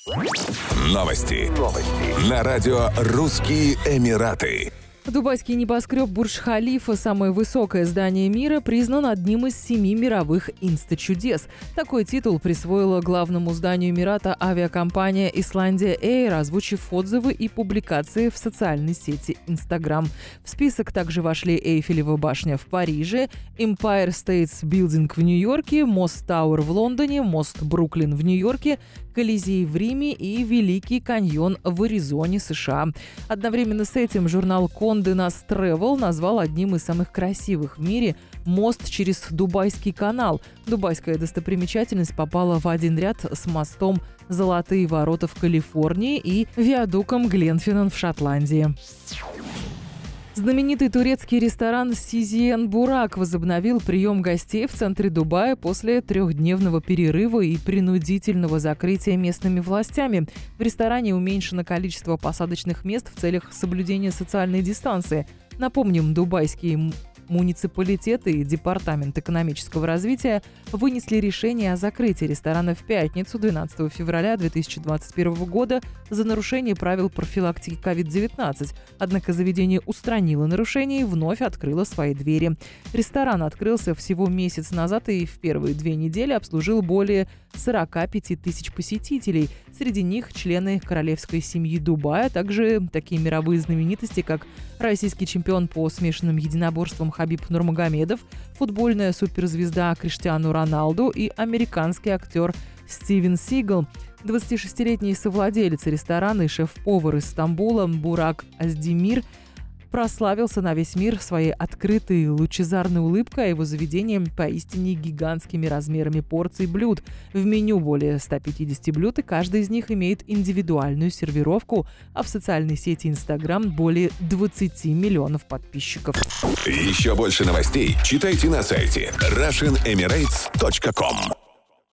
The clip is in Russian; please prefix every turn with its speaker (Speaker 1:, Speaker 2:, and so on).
Speaker 1: Новости. На радио «Русские Эмираты».
Speaker 2: Дубайский небоскреб Бурдж-Халифа, самое высокое здание мира, признан одним из 7 мировых инста-чудес. Такой титул присвоила главному зданию Эмирата авиакомпания Islandia Air, озвучив отзывы и публикации в социальной сети Instagram. В список также вошли Эйфелева башня в Париже, Empire State Building в Нью-Йорке, мост Тауэр в Лондоне, мост Бруклин в Нью-Йорке, Колизей в Риме и Великий каньон в Аризоне, США. Одновременно с этим журнал Condé Nast Travel назвал одним из самых красивых в мире мост через Дубайский канал. Дубайская достопримечательность попала в один ряд с мостом Золотые ворота в Калифорнии и виадуком Гленфинан в Шотландии. Знаменитый турецкий ресторан «Сизиен Бурак» возобновил прием гостей в центре Дубая после 3-дневного перерыва и принудительного закрытия местными властями. В ресторане уменьшено количество посадочных мест в целях соблюдения социальной дистанции. Напомним, дубайские муниципалитеты и Департамент экономического развития вынесли решение о закрытии ресторана в пятницу, 12 февраля 2021 года, за нарушение правил профилактики COVID-19. Однако заведение устранило нарушение и вновь открыло свои двери. Ресторан открылся всего месяц назад и в первые 2 недели обслужил более 45 тысяч посетителей. Среди них члены королевской семьи Дубая, также такие мировые знаменитости, как российский чемпион по смешанным единоборствам Хабиб Нурмагомедов, футбольная суперзвезда Криштиану Роналду и американский актер Стивен Сигал. 26-летний совладелец ресторана и шеф-повар из Стамбула Бурак Аздемир прославился на весь мир своей открытой лучезарной улыбкой, а его заведением поистине гигантскими размерами порций блюд. В меню более 150 блюд, и каждый из них имеет индивидуальную сервировку, а в социальной сети Instagram более 20 миллионов подписчиков.
Speaker 1: Еще больше новостей читайте на сайте RussianEmirates.com.